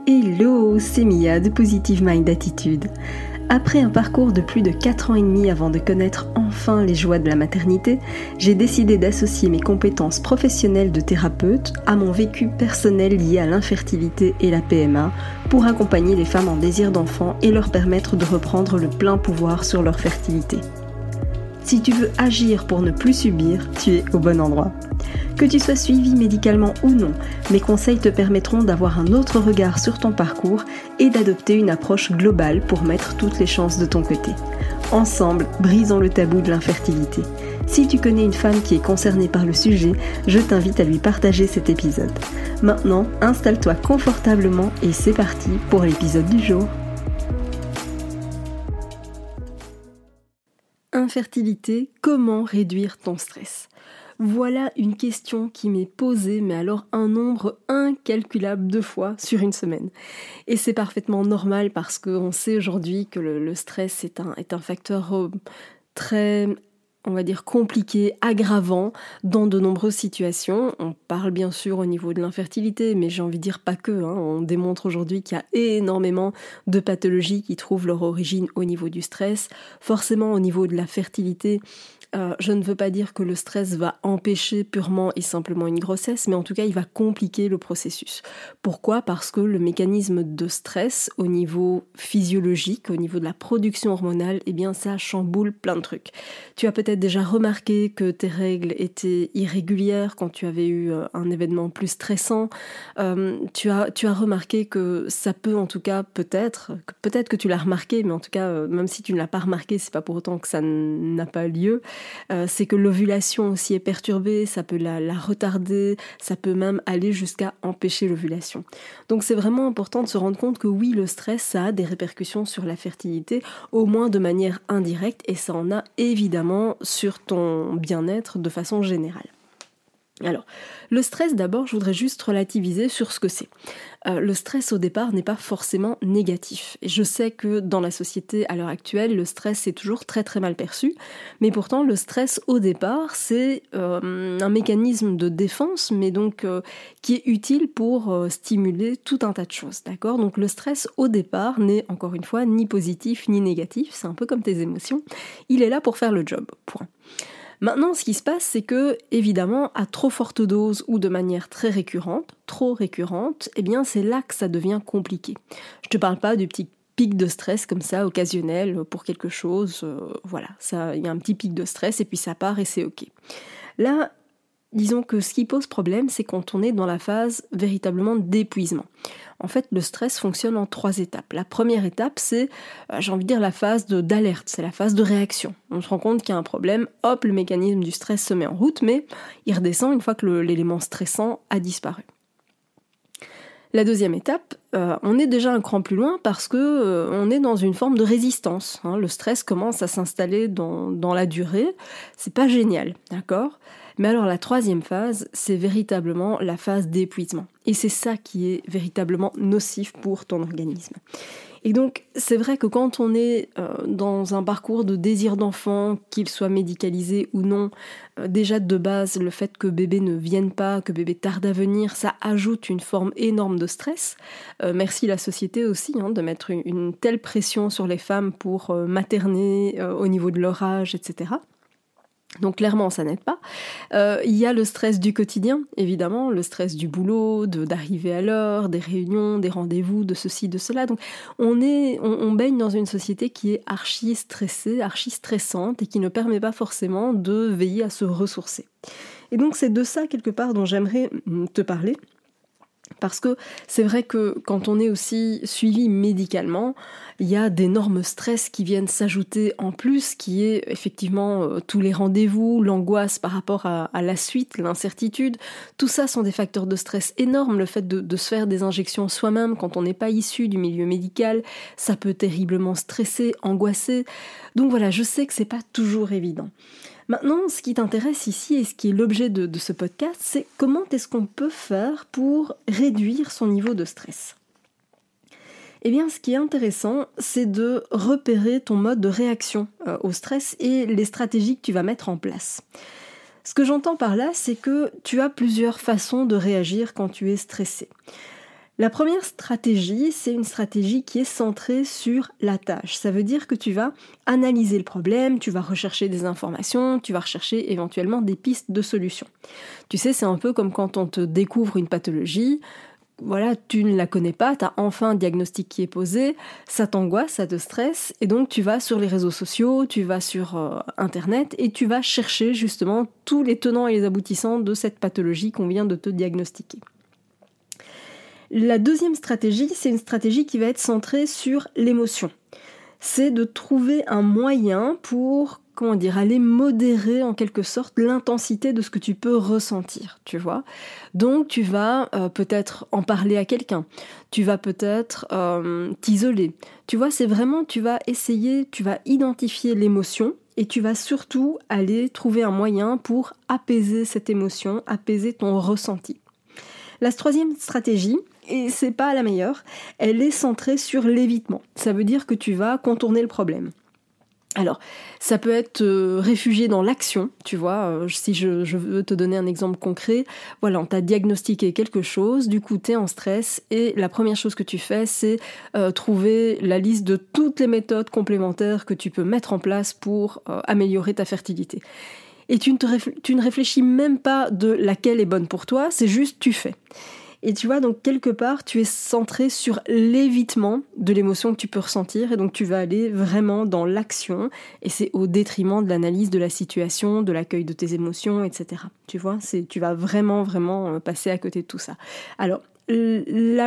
Hello, c'est Mia de Positive Mind Attitude. Après un parcours de plus de 4 ans et demi avant de connaître enfin les joies de la maternité, j'ai décidé d'associer mes compétences professionnelles de thérapeute à mon vécu personnel lié à l'infertilité et la PMA pour accompagner les femmes en désir d'enfant et leur permettre de reprendre le plein pouvoir sur leur fertilité. Si tu veux agir pour ne plus subir, tu es au bon endroit. Que tu sois suivi médicalement ou non, mes conseils te permettront d'avoir un autre regard sur ton parcours et d'adopter une approche globale pour mettre toutes les chances de ton côté. Ensemble, brisons le tabou de l'infertilité. Si tu connais une femme qui est concernée par le sujet, je t'invite à lui partager cet épisode. Maintenant, installe-toi confortablement et c'est parti pour l'épisode du jour. Infertilité, comment réduire ton stress ? Voilà une question qui m'est posée, mais alors un nombre incalculable de fois sur une semaine. Et c'est parfaitement normal parce qu'on sait aujourd'hui que le stress est un facteur très, on va dire, compliqué, aggravant dans de nombreuses situations. On parle bien sûr au niveau de l'infertilité, mais j'ai envie de dire pas que. On démontre aujourd'hui qu'il y a énormément de pathologies qui trouvent leur origine au niveau du stress. Forcément, au niveau de la fertilité, je ne veux pas dire que le stress va empêcher purement et simplement une grossesse, mais en tout cas, il va compliquer le processus. Pourquoi ? Parce que le mécanisme de stress au niveau physiologique, au niveau de la production hormonale, eh bien, ça chamboule plein de trucs. Tu as peut-être déjà remarqué que tes règles étaient irrégulières quand tu avais eu un événement plus stressant. Tu as remarqué que ça peut, en tout cas, peut-être que tu l'as remarqué, mais en tout cas, même si tu ne l'as pas remarqué, c'est pas pour autant que ça n'a pas lieu. C'est que l'ovulation aussi est perturbée, ça peut la retarder, ça peut même aller jusqu'à empêcher l'ovulation. Donc c'est vraiment important de se rendre compte que oui, le stress, ça a des répercussions sur la fertilité, au moins de manière indirecte, et ça en a évidemment sur ton bien-être de façon générale. Alors, le stress d'abord, je voudrais juste relativiser sur ce que c'est. Le stress au départ n'est pas forcément négatif. Et je sais que dans la société à l'heure actuelle, le stress est toujours très très mal perçu, mais pourtant le stress au départ, c'est un mécanisme de défense, mais donc qui est utile pour stimuler tout un tas de choses, d'accord ? Donc le stress au départ n'est encore une fois ni positif ni négatif, c'est un peu comme tes émotions, il est là pour faire le job, point. Maintenant, ce qui se passe, c'est que, évidemment, à trop forte dose ou de manière très récurrente, trop récurrente, eh bien, c'est là que ça devient compliqué. Je te parle pas du petit pic de stress comme ça, occasionnel, pour quelque chose, voilà, il y a un petit pic de stress et puis ça part et c'est ok. Là, disons que ce qui pose problème, c'est quand on est dans la phase véritablement d'épuisement. En fait, le stress fonctionne en 3 étapes. La première étape, c'est, j'ai envie de dire, la phase d'alerte, c'est la phase de réaction. On se rend compte qu'il y a un problème, hop, le mécanisme du stress se met en route, mais il redescend une fois que l'élément stressant a disparu. La deuxième étape, on est déjà un cran plus loin parce que on est dans une forme de résistance. Le stress commence à s'installer dans la durée. C'est pas génial, d'accord ? Mais alors la troisième phase, c'est véritablement la phase d'épuisement. Et c'est ça qui est véritablement nocif pour ton organisme. Et donc, c'est vrai que quand on est dans un parcours de désir d'enfant, qu'il soit médicalisé ou non, déjà de base, le fait que bébé ne vienne pas, que bébé tarde à venir, ça ajoute une forme énorme de stress. Merci la société aussi de mettre une telle pression sur les femmes pour materner au niveau de leur âge, etc. Donc clairement, ça n'aide pas. Il y a le stress du quotidien, évidemment, le stress du boulot, d'arriver à l'heure, des réunions, des rendez-vous, de ceci, de cela. Donc on baigne dans une société qui est archi stressée, archi stressante et qui ne permet pas forcément de veiller à se ressourcer. Et donc c'est de ça, quelque part, dont j'aimerais te parler. Parce que c'est vrai que quand on est aussi suivi médicalement, il y a d'énormes stress qui viennent s'ajouter en plus, qui est effectivement tous les rendez-vous, l'angoisse par rapport à la suite, l'incertitude. Tout ça sont des facteurs de stress énormes. Le fait de se faire des injections soi-même quand on n'est pas issu du milieu médical, ça peut terriblement stresser, angoisser. Donc voilà, je sais que c'est pas toujours évident. Maintenant, ce qui t'intéresse ici et ce qui est l'objet de ce podcast, c'est comment est-ce qu'on peut faire pour réduire son niveau de stress. Eh bien, ce qui est intéressant, c'est de repérer ton mode de réaction au stress et les stratégies que tu vas mettre en place. Ce que j'entends par là, c'est que tu as plusieurs façons de réagir quand tu es stressé. La première stratégie, c'est une stratégie qui est centrée sur la tâche. Ça veut dire que tu vas analyser le problème, tu vas rechercher des informations, tu vas rechercher éventuellement des pistes de solutions. Tu sais, c'est un peu comme quand on te découvre une pathologie. Voilà, tu ne la connais pas, tu as enfin un diagnostic qui est posé, ça t'angoisse, ça te stresse, et donc tu vas sur les réseaux sociaux, tu vas sur Internet, et tu vas chercher justement tous les tenants et les aboutissants de cette pathologie qu'on vient de te diagnostiquer. La deuxième stratégie, c'est une stratégie qui va être centrée sur l'émotion. C'est de trouver un moyen pour, aller modérer en quelque sorte l'intensité de ce que tu peux ressentir, tu vois. Donc tu vas peut-être en parler à quelqu'un, tu vas peut-être t'isoler. Tu vois, c'est vraiment, tu vas identifier l'émotion et tu vas surtout aller trouver un moyen pour apaiser cette émotion, apaiser ton ressenti. La troisième stratégie, et c'est pas la meilleure, elle est centrée sur l'évitement. Ça veut dire que tu vas contourner le problème. Alors, ça peut être réfugié dans l'action, tu vois, si je veux te donner un exemple concret, voilà, on t'a diagnostiqué quelque chose, du coup t'es en stress, et la première chose que tu fais, c'est trouver la liste de toutes les méthodes complémentaires que tu peux mettre en place pour améliorer ta fertilité. Et tu ne réfléchis même pas de laquelle est bonne pour toi, c'est juste tu fais. Et tu vois, donc quelque part, tu es centré sur l'évitement de l'émotion que tu peux ressentir, et donc tu vas aller vraiment dans l'action, et c'est au détriment de l'analyse de la situation, de l'accueil de tes émotions, etc. Tu vois, tu vas vraiment passer à côté de tout ça. Alors, la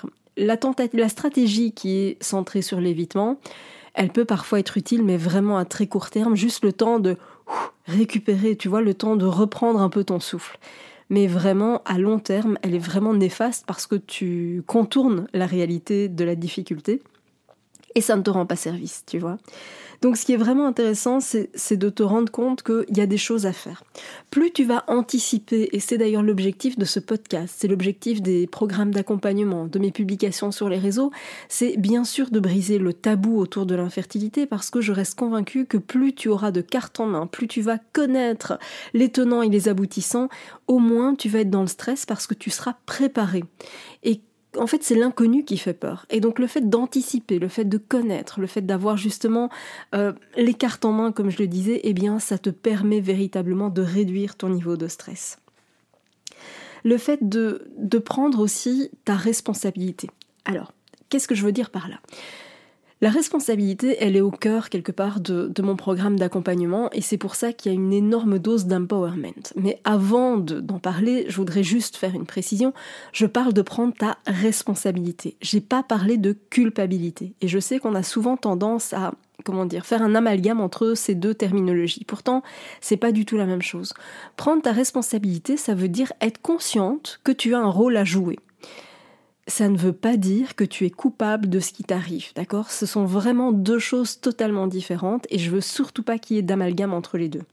stratégie qui est centrée sur l'évitement, elle peut parfois être utile, mais vraiment à très court terme, juste le temps de récupérer, tu vois, le temps de reprendre un peu ton souffle. Mais vraiment, à long terme, elle est vraiment néfaste parce que tu contournes la réalité de la difficulté et ça ne te rend pas service, tu vois. Donc ce qui est vraiment intéressant, c'est de te rendre compte qu'il y a des choses à faire. Plus tu vas anticiper, et c'est d'ailleurs l'objectif de ce podcast, c'est l'objectif des programmes d'accompagnement, de mes publications sur les réseaux, c'est bien sûr de briser le tabou autour de l'infertilité, parce que je reste convaincue que plus tu auras de cartes en main, plus tu vas connaître les tenants et les aboutissants, au moins tu vas être dans le stress parce que tu seras préparé. Et en fait, c'est l'inconnu qui fait peur. Et donc le fait d'anticiper, le fait de connaître, le fait d'avoir justement les cartes en main, comme je le disais, eh bien, ça te permet véritablement de réduire ton niveau de stress. Le fait de prendre aussi ta responsabilité. Alors, qu'est-ce que je veux dire par là ? La responsabilité, elle est au cœur quelque part de mon programme d'accompagnement et c'est pour ça qu'il y a une énorme dose d'empowerment. Mais avant d'en parler, je voudrais juste faire une précision. Je parle de prendre ta responsabilité. J'ai pas parlé de culpabilité. Et je sais qu'on a souvent tendance à faire un amalgame entre ces deux terminologies. Pourtant, c'est pas du tout la même chose. Prendre ta responsabilité, ça veut dire être consciente que tu as un rôle à jouer. Ça ne veut pas dire que tu es coupable de ce qui t'arrive, d'accord ? Ce sont vraiment deux choses totalement différentes et je veux surtout pas qu'il y ait d'amalgame entre les deux.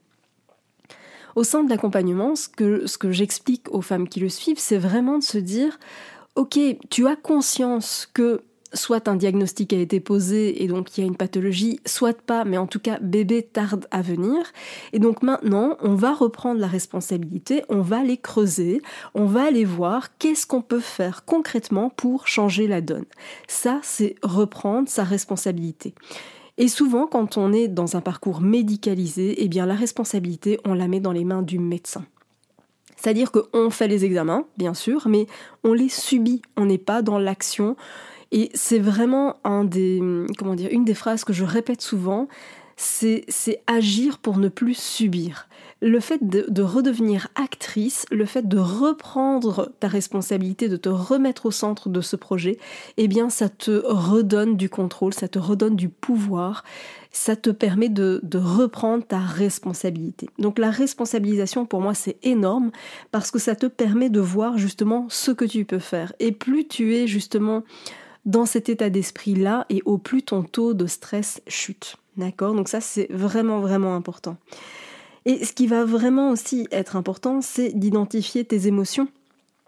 Au sein de l'accompagnement, ce que j'explique aux femmes qui le suivent, c'est vraiment de se dire « Ok, tu as conscience que soit un diagnostic a été posé et donc il y a une pathologie, soit pas, mais en tout cas bébé tarde à venir. Et donc maintenant, on va reprendre la responsabilité, on va aller creuser, on va aller voir qu'est-ce qu'on peut faire concrètement pour changer la donne. Ça, c'est reprendre sa responsabilité. Et souvent, quand on est dans un parcours médicalisé, eh bien la responsabilité, on la met dans les mains du médecin. C'est-à-dire qu'on fait les examens, bien sûr, mais on les subit, on n'est pas dans l'action. Et c'est vraiment une des phrases que je répète souvent, c'est agir pour ne plus subir. Le fait de redevenir actrice, le fait de reprendre ta responsabilité, de te remettre au centre de ce projet, eh bien ça te redonne du contrôle, ça te redonne du pouvoir, ça te permet de reprendre ta responsabilité. Donc la responsabilisation pour moi c'est énorme parce que ça te permet de voir justement ce que tu peux faire. Et plus tu es justement dans cet état d'esprit-là et au plus ton taux de stress chute. D'accord ? Donc ça, c'est vraiment, vraiment important. Et ce qui va vraiment aussi être important, c'est d'identifier tes émotions.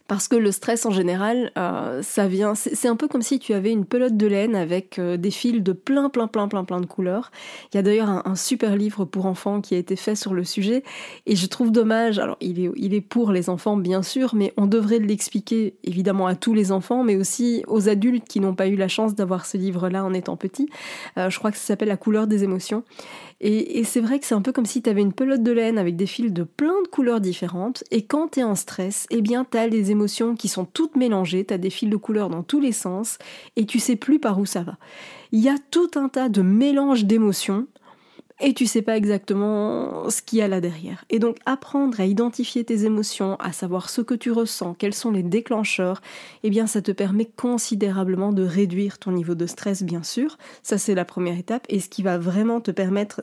Parce que le stress en général, ça vient, c'est un peu comme si tu avais une pelote de laine avec des fils de plein de couleurs. Il y a d'ailleurs un super livre pour enfants qui a été fait sur le sujet, et je trouve dommage, alors il est pour les enfants bien sûr, mais on devrait l'expliquer évidemment à tous les enfants, mais aussi aux adultes qui n'ont pas eu la chance d'avoir ce livre-là en étant petits. Je crois que ça s'appelle La couleur des émotions. Et c'est vrai que c'est un peu comme si tu avais une pelote de laine avec des fils de plein de couleurs différentes, et quand tu es en stress, eh bien tu as les émotions qui sont toutes mélangées, tu as des fils de couleurs dans tous les sens, et tu sais plus par où ça va. Il y a tout un tas de mélanges d'émotions, et tu sais pas exactement ce qu'il y a là derrière. Et donc apprendre à identifier tes émotions, à savoir ce que tu ressens, quels sont les déclencheurs, eh bien ça te permet considérablement de réduire ton niveau de stress, bien sûr. Ça c'est la première étape, et ce qui va vraiment te permettre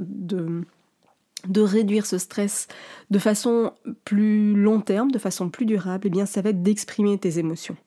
de réduire ce stress de façon plus long terme, de façon plus durable, eh bien ça va être d'exprimer tes émotions.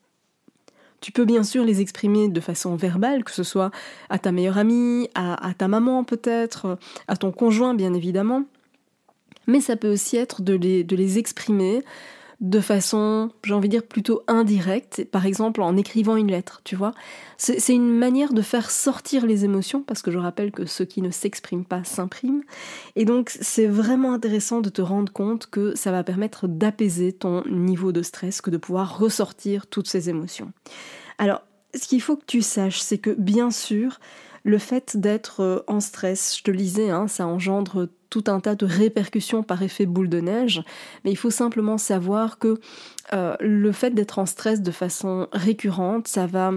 Tu peux bien sûr les exprimer de façon verbale, que ce soit à ta meilleure amie, à ta maman peut-être, à ton conjoint bien évidemment, mais ça peut aussi être de les exprimer de façon, j'ai envie de dire, plutôt indirecte, par exemple en écrivant une lettre, tu vois. C'est une manière de faire sortir les émotions, parce que je rappelle que ce qui ne s'exprime pas s'imprime, et donc c'est vraiment intéressant de te rendre compte que ça va permettre d'apaiser ton niveau de stress, que de pouvoir ressortir toutes ces émotions. Alors, ce qu'il faut que tu saches, c'est que bien sûr, le fait d'être en stress, je te le disais, ça engendre tout un tas de répercussions par effet boule de neige, mais il faut simplement savoir que le fait d'être en stress de façon récurrente, ça va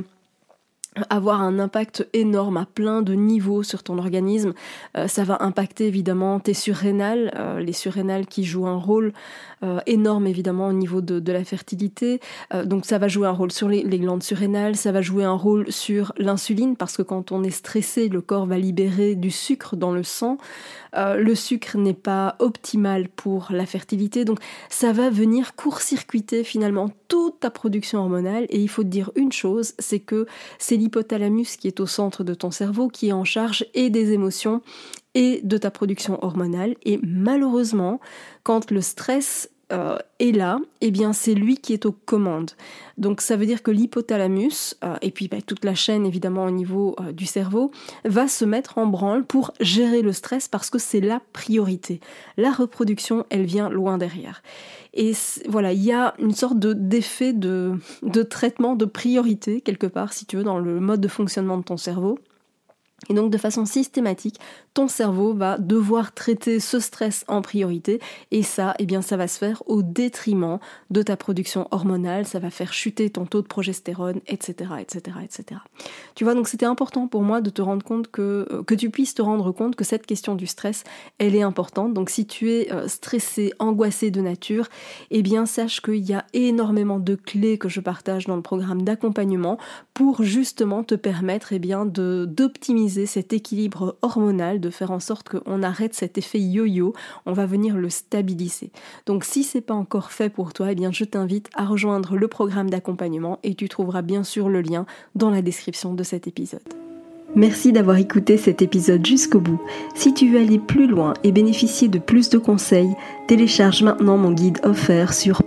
avoir un impact énorme à plein de niveaux sur ton organisme. Ça va impacter évidemment tes surrénales, les surrénales qui jouent un rôle énorme évidemment au niveau de la fertilité. Donc ça va jouer un rôle sur les glandes surrénales, ça va jouer un rôle sur l'insuline, parce que quand on est stressé, le corps va libérer du sucre dans le sang. Le sucre n'est pas optimal pour la fertilité, donc ça va venir court-circuiter finalement toute ta production hormonale. Et il faut te dire une chose, c'est que c'est l'hypothalamus qui est au centre de ton cerveau, qui est en charge et des émotions et de ta production hormonale. Et malheureusement, quand le stress est là, eh bien c'est lui qui est aux commandes. Donc ça veut dire que l'hypothalamus, et puis toute la chaîne évidemment au niveau du cerveau, va se mettre en branle pour gérer le stress, parce que c'est la priorité. La reproduction, elle vient loin derrière. Et voilà, il y a une sorte d'effet de traitement de priorité, quelque part, si tu veux, dans le mode de fonctionnement de ton cerveau. Et donc de façon systématique, ton cerveau va devoir traiter ce stress en priorité, et ça, eh bien, ça va se faire au détriment de ta production hormonale, ça va faire chuter ton taux de progestérone, etc., etc., etc. Tu vois, donc c'était important pour moi de te rendre compte que tu puisses te rendre compte que cette question du stress, elle est importante. Donc si tu es stressé, angoissé de nature, eh bien sache qu'il y a énormément de clés que je partage dans le programme d'accompagnement pour justement te permettre d'optimiser cet équilibre hormonal, de faire en sorte qu'on arrête cet effet yo-yo, on va venir le stabiliser. Donc si c'est pas encore fait pour toi, eh bien je t'invite à rejoindre le programme d'accompagnement, et tu trouveras bien sûr le lien dans la description de cet épisode. Merci d'avoir écouté cet épisode jusqu'au bout. Si tu veux aller plus loin et bénéficier de plus de conseils, télécharge maintenant mon guide offert sur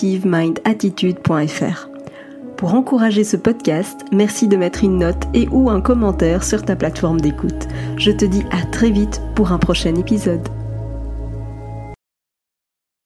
positivemindattitude.fr. Pour encourager ce podcast, merci de mettre une note et ou un commentaire sur ta plateforme d'écoute. Je te dis à très vite pour un prochain épisode.